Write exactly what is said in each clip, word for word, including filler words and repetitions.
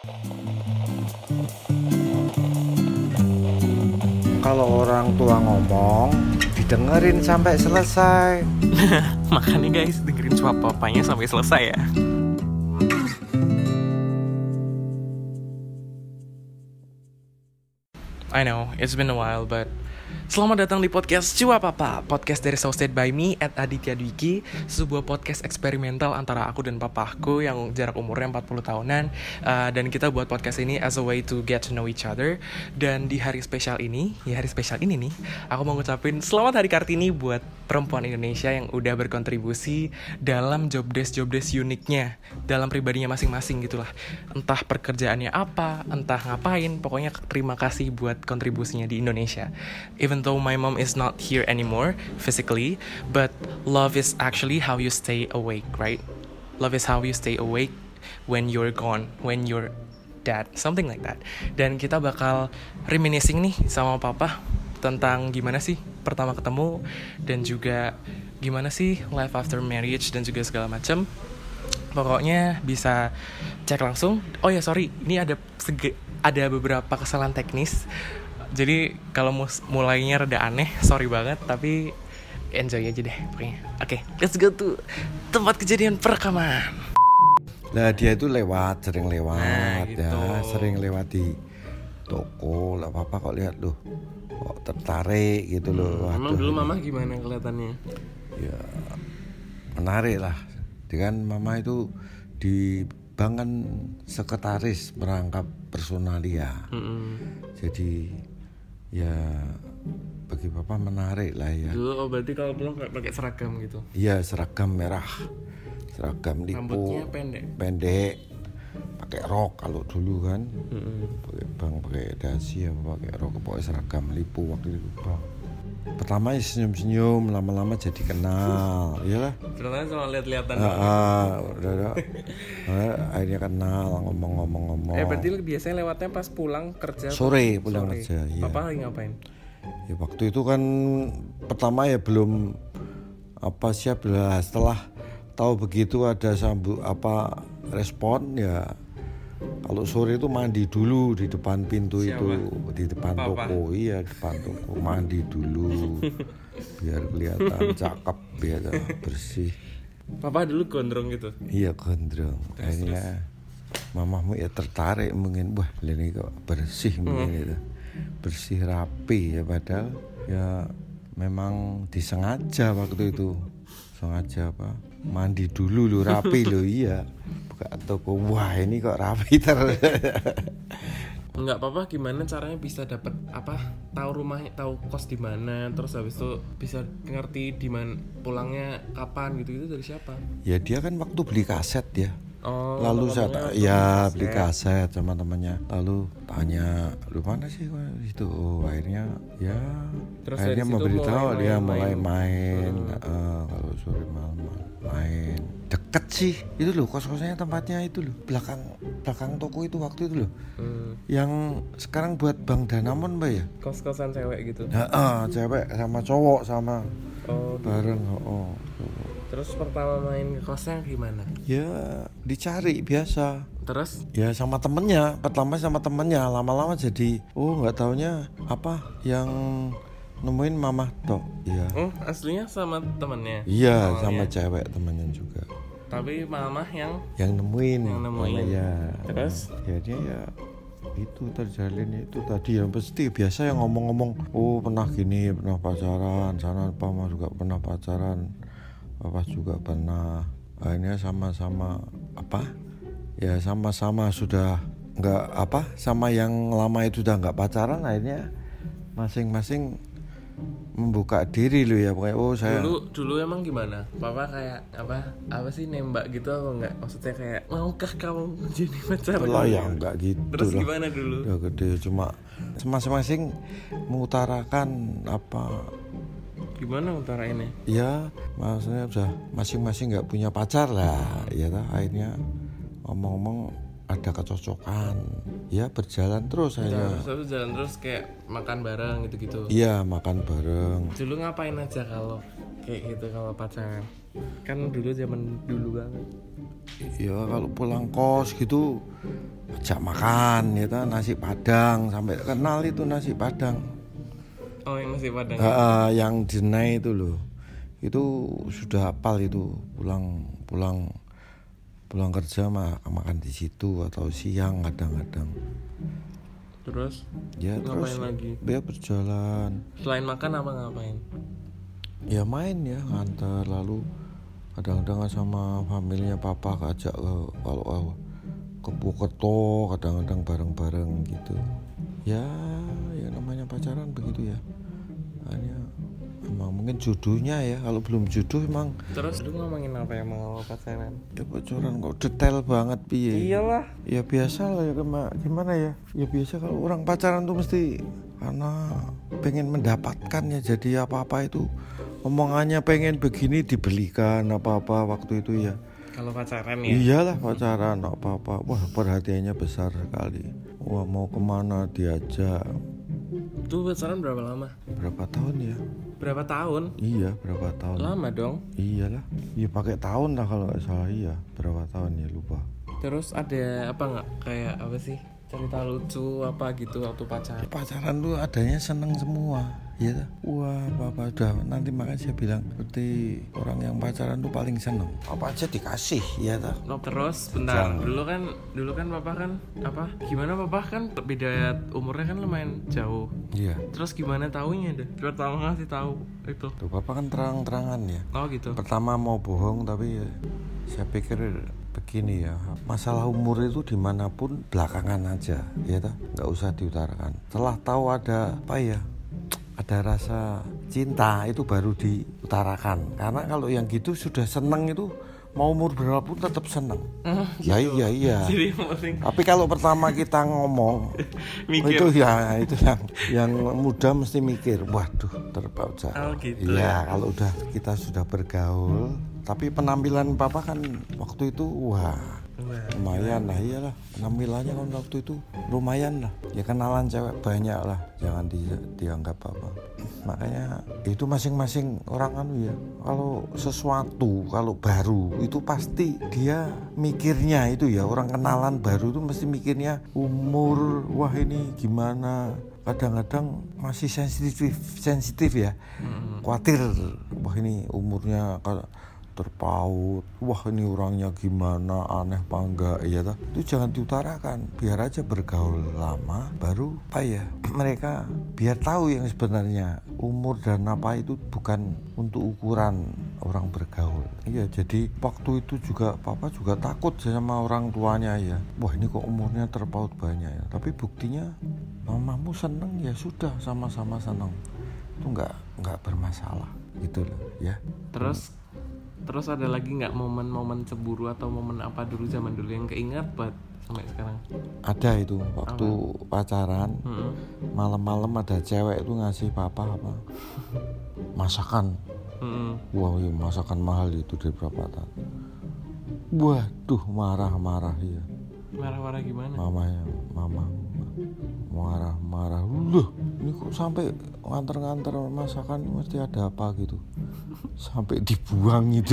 Kalau orang tua ngomong, didengerin sampai selesai. Makanya guys, dengerin suap papanya sampai selesai ya. I know, it's been a while, but selamat datang di podcast Cua Papa, podcast dari hosted by me at Aditya Dwiki, sebuah podcast eksperimental antara aku dan papaku yang jarak umurnya empat puluh tahunan. uh, Dan kita buat podcast ini as a way to get to know each other. Dan di hari spesial ini, ya hari spesial ini nih, aku mau ngucapin selamat Hari Kartini buat perempuan Indonesia yang udah berkontribusi dalam jobdesk-jobdesk uniknya dalam pribadinya masing-masing gitulah. Entah pekerjaannya apa, entah ngapain, pokoknya terima kasih buat kontribusinya di Indonesia. Even though my mom is not here anymore physically, but love is actually how you stay awake, right? Love is how you stay awake when you're gone, when you're dead, something like that. Dan kita bakal reminiscing nih sama papa tentang gimana sih pertama ketemu, dan juga gimana sih life after marriage, dan juga segala macam. Pokoknya bisa cek langsung. Oh ya sorry, ini ada sege- ada beberapa kesalahan teknis. Jadi kalau mus- mulainya rada aneh, sorry banget, tapi enjoy aja deh pokoknya. Oke, okay, let's go to tempat kejadian perekaman. Nah dia itu lewat, sering lewat Nah, gitu. ya, sering lewat di toko. Lah papa kok lihat loh, kok tertarik gitu loh. Emang Waduh, dulu mama gimana kelihatannya? ya menarik lah. Dengan mama itu di bank kan sekretaris merangkap personalia. Mm-mm. Jadi ya bagi papa menarik lah ya. Dulu oh berarti kalau pulang kayak pakai seragam gitu. Iya, seragam merah, seragam lipo, Rambutnya pendek. pendek, pakai rok kalau dulu kan. Mm-mm. Pakai bang, pakai dasi apa pakai rok, pakai seragam lipo waktu itu bang. Pertama ya senyum-senyum, lama-lama jadi kenal, iyalah. Ceritanya cuma lihat-lihatan Ah, doang. ah, udah, udah. Ah, akhirnya kenal, ngomong-ngomong-ngomong. Eh berarti lu biasanya lewatnya pas pulang kerja? Sore pulang Sore. kerja, iya. Papa lagi ngapain? Ya waktu itu kan pertama ya belum apa siap lah, setelah tahu begitu ada sambut apa respon ya. Kalau sore itu mandi dulu di depan pintu. Siapa? Itu di depan Papa? toko, iya depan toko mandi dulu biar kelihatan cakep, biar bersih. Papa dulu gondrong gitu. Iya gondrong. Akhirnya mamamu ya tertarik mungkin, wah ini kok bersih mungkin Hmm. itu, bersih rapi ya, padahal ya memang disengaja waktu itu, sengaja apa mandi dulu lo rapi lo, iya buka toko, wah ini kok rapi ter. Enggak apa-apa, gimana caranya bisa dapat apa? Tahu rumahnya, tahu kos di mana, terus habis itu bisa ngerti di mana pulangnya kapan gitu-gitu dari siapa? Ya dia kan waktu beli kaset ya. Oh, Lalu saya teman-temannya tak, ya beli kaset sama temannya. Lalu tanya, lu mana sih itu? Oh, akhirnya ya, Terus akhirnya dari situ memberitahu mulai dia main- mulai main. Hmm. Eh, kalau sore malam main. Deket sih, itu loh kos-kosnya, tempatnya itu loh, belakang belakang toko itu waktu itu loh. Hmm. Yang sekarang buat Bank Danamon mbak ya? Kos-kosan cewek gitu. Nah, eh, cewek sama cowok sama Oh, bareng. Oh, oh. terus pertama main ke kosnya gimana? Ya dicari biasa. Terus? Ya sama temennya, pertama sama temennya, lama-lama jadi oh nggak taunya apa yang nemuin mama toh, iya. Oh, aslinya sama temennya? Iya Awalnya. sama cewek temennya juga. Tapi mama yang Yang nemuin, Yang nemuin. mama ya. Terus? Ya dia ya itu terjalin itu tadi yang pasti biasa yang ngomong-ngomong, oh pernah gini, pernah pacaran, sana mama juga pernah pacaran, papa juga pernah. Akhirnya sama-sama apa? Ya sama-sama sudah nggak apa, sama yang lama itu udah nggak pacaran, akhirnya masing-masing membuka diri lo ya, pokoknya oh saya dulu dulu emang gimana? Papa kayak apa? Apa sih, nembak gitu apa enggak? Maksudnya kayak maukah kamu jadi pacar? lah ya nggak gitu. Terus lah. gimana dulu? Udah gede, cuma masing-masing mengutarakan apa Gimana utarainnya? ya, maksudnya udah masing-masing nggak punya pacar lah ya, lah akhirnya ngomong-ngomong ada kecocokan ya, berjalan terus Jalan akhirnya. terus, terus jalan terus kayak makan bareng gitu-gitu. Iya makan bareng. Dulu ngapain aja kalau kayak gitu kalau pacaran? Kan dulu zaman dulu banget. Ya kalau pulang kos gitu ajak makan ya kan, nasi padang, sampai kenal itu nasi padang. Oh yang nasi padang. Uh, yang Denai itu loh, itu sudah hafal itu, pulang pulang pulang kerja mah makan di situ atau siang kadang-kadang. Terus? Ya ngapain terus lagi? Dia berjalan. Selain makan apa ngapain? Ya main ya, ngantar, lalu kadang-kadang sama familinya papa ajak ke kalau ke Purwokerto, kadang-kadang bareng-bareng gitu. Ya, ya namanya pacaran begitu ya. Hanya emang mungkin jodohnya ya, kalau belum jodoh emang. Terus lu ngomongin apa ya mau pacaran? Ya pacaran kok detail banget piye. Iyalah. Ya biasa lah ya, gimana ya? Ya biasa kalau orang pacaran tuh mesti karena pengen mendapatkan ya, jadi apa-apa itu omongannya pengen begini dibelikan apa-apa waktu itu ya. Kalau pacaran ya? Iyalah pacaran apa-apa. Wah perhatiannya besar sekali. Wah mau kemana diajak. Tuh pacaran berapa lama? Berapa tahun ya? Berapa tahun? Iya berapa tahun. Lama dong. Iyalah. Iya pakai tahun lah kalau nggak salah. Iya berapa tahun ya lupa. Terus ada apa nggak kayak apa sih cerita lucu apa gitu waktu pacaran? Ya, pacaran tuh adanya seneng semua. Iya dah. Wah papa udah nanti makanya saya bilang seperti orang yang pacaran tuh paling seneng. Apa aja dikasih ya dah. No, terus bentar. Jangan. Dulu kan dulu kan papa kan apa? Gimana papa kan beda umurnya kan lumayan jauh. Iya. Terus gimana taunya deh? Pertama ngasih tahu itu. Tuh papa kan terang-terangan ya. Oh gitu. Pertama mau bohong tapi ya, saya pikir begini ya, masalah umur itu dimanapun belakangan aja ya dah, nggak usah diutarakan. Setelah tahu ada apa ya, ada rasa cinta itu baru diutarakan. Karena kalau yang gitu sudah seneng itu mau umur berapapun tetap seneng. Mm, ya gitu. iya iya. Jadi penting. Tapi kalau pertama kita ngomong Mikir. itu ya itu yang yang muda mesti mikir, waduh terpaut Oh, gitu. ya kalau udah kita sudah bergaul. Tapi penampilan papa kan waktu itu wah lumayan lah, iyalah penampilannya kan waktu itu lumayan lah ya, kenalan cewek banyak lah, jangan di, dianggap apa. Makanya itu masing-masing orang anu ya, kalau sesuatu kalau baru itu pasti dia mikirnya itu ya, orang kenalan baru itu mesti mikirnya umur, wah ini gimana. Kadang-kadang masih sensitif sensitif ya, khawatir wah ini umurnya kalau terpaut, wah ini orangnya gimana, aneh apa enggak ya toh. Itu jangan diutarakan, biar aja bergaul lama baru apa ya mereka biar tahu yang sebenarnya umur dan apa itu bukan untuk ukuran orang bergaul. Iya, jadi waktu itu juga papa juga takut sama orang tuanya ya, wah ini kok umurnya terpaut banyak ya, tapi buktinya mamamu seneng ya sudah, sama-sama seneng, itu enggak enggak bermasalah gitu loh ya. Terus Terus ada lagi nggak momen-momen cemburu atau momen apa dulu zaman dulu yang keinget buat sampai sekarang? Ada itu waktu apa? Pacaran, mm-hmm. malam-malam ada cewek itu ngasih papa apa masakan, mm-hmm. wah iya, masakan mahal itu dari perapatan. Waduh marah-marah ya. Marah-marah gimana? Mamanya, mama marah-marah. Loh, ini kok sampai nganter-nganter masakan, mesti ada apa gitu. Sampai dibuang itu.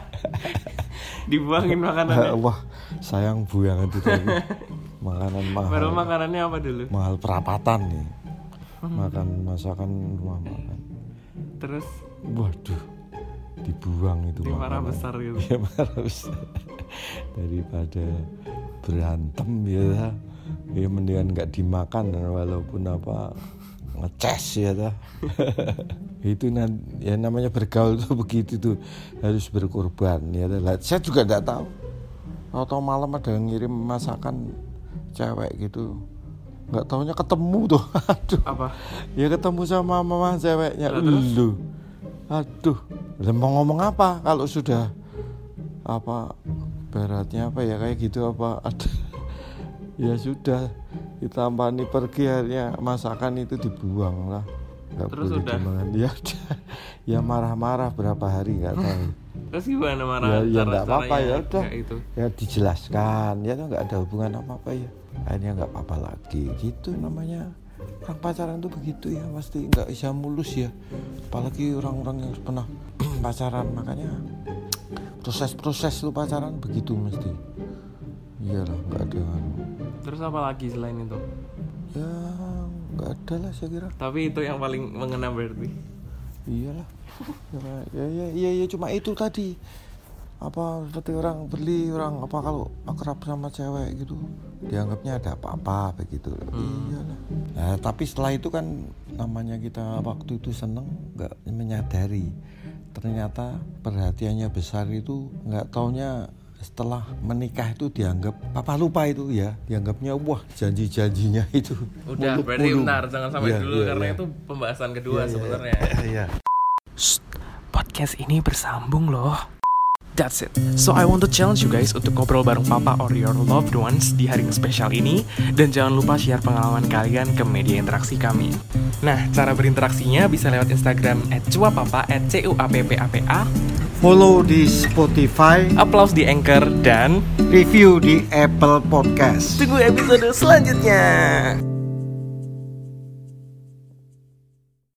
Dibuangin makanannya. Wah, sayang buang itu tadi. Makanan mahal. Baru makanannya apa dulu? Mahal perapatan nih. Makan masakan rumah makan. Terus? Waduh, dibuang itu. Di marah besar gitu. Ya marah besar. Daripada berantem ya, ya mendingan nggak dimakan walaupun apa ngeces ya dah. Itu nanti ya namanya bergaul tuh begitu tuh, harus berkorban ya dah. Saya juga nggak tahu, atau malam ada yang ngirim masakan cewek gitu, nggak taunya ketemu tuh. Aduh, apa ya ketemu sama mama ceweknya. Lu aduh, mau ngomong apa kalau sudah apa beratnya apa ya kayak gitu apa ada. Ya sudah, ditampani pergi, akhirnya masakan itu dibuang lah, nggak boleh dimakan. Ya ya marah-marah berapa hari nggak tahu. Terus gimana marah? Ya ya nggak apa-apa ya udah, itu. ya dijelaskan ya nggak ada hubungan apa-apa ya, akhirnya nggak apa-apa lagi gitu namanya orang pacaran tuh begitu ya, pasti nggak bisa mulus ya, apalagi orang-orang yang pernah pacaran. Makanya proses-proses lu pacaran begitu mesti. Iyalah, nggak ada. Terus apa lagi selain itu? Ya nggak ada lah saya kira. Tapi itu yang paling mengena berarti. Iyalah. ya ya ya ya cuma itu tadi. Apa seperti orang beli orang apa kalau akrab sama cewek gitu dianggapnya ada apa-apa begitu. Hmm. Iyalah. Nah, tapi setelah itu kan namanya kita waktu itu seneng nggak menyadari ternyata perhatiannya besar itu nggak taunya setelah menikah itu dianggap papa lupa itu ya, dianggapnya wah janji-janjinya itu udah muluk, berarti muluk. Benar jangan sampai ya, dulu ya, karena ya. Itu pembahasan kedua ya, sebenarnya ya, ya. Shh, podcast ini bersambung loh. That's it. So I want to challenge you guys untuk ngobrol bareng papa or your loved ones di hari yang spesial ini. Dan jangan lupa share pengalaman kalian ke media interaksi kami. Nah, cara berinteraksinya bisa lewat Instagram at cuapapa at c u a p p a p a, follow di Spotify, applause di Anchor, dan review di Apple Podcast. Tunggu episode selanjutnya.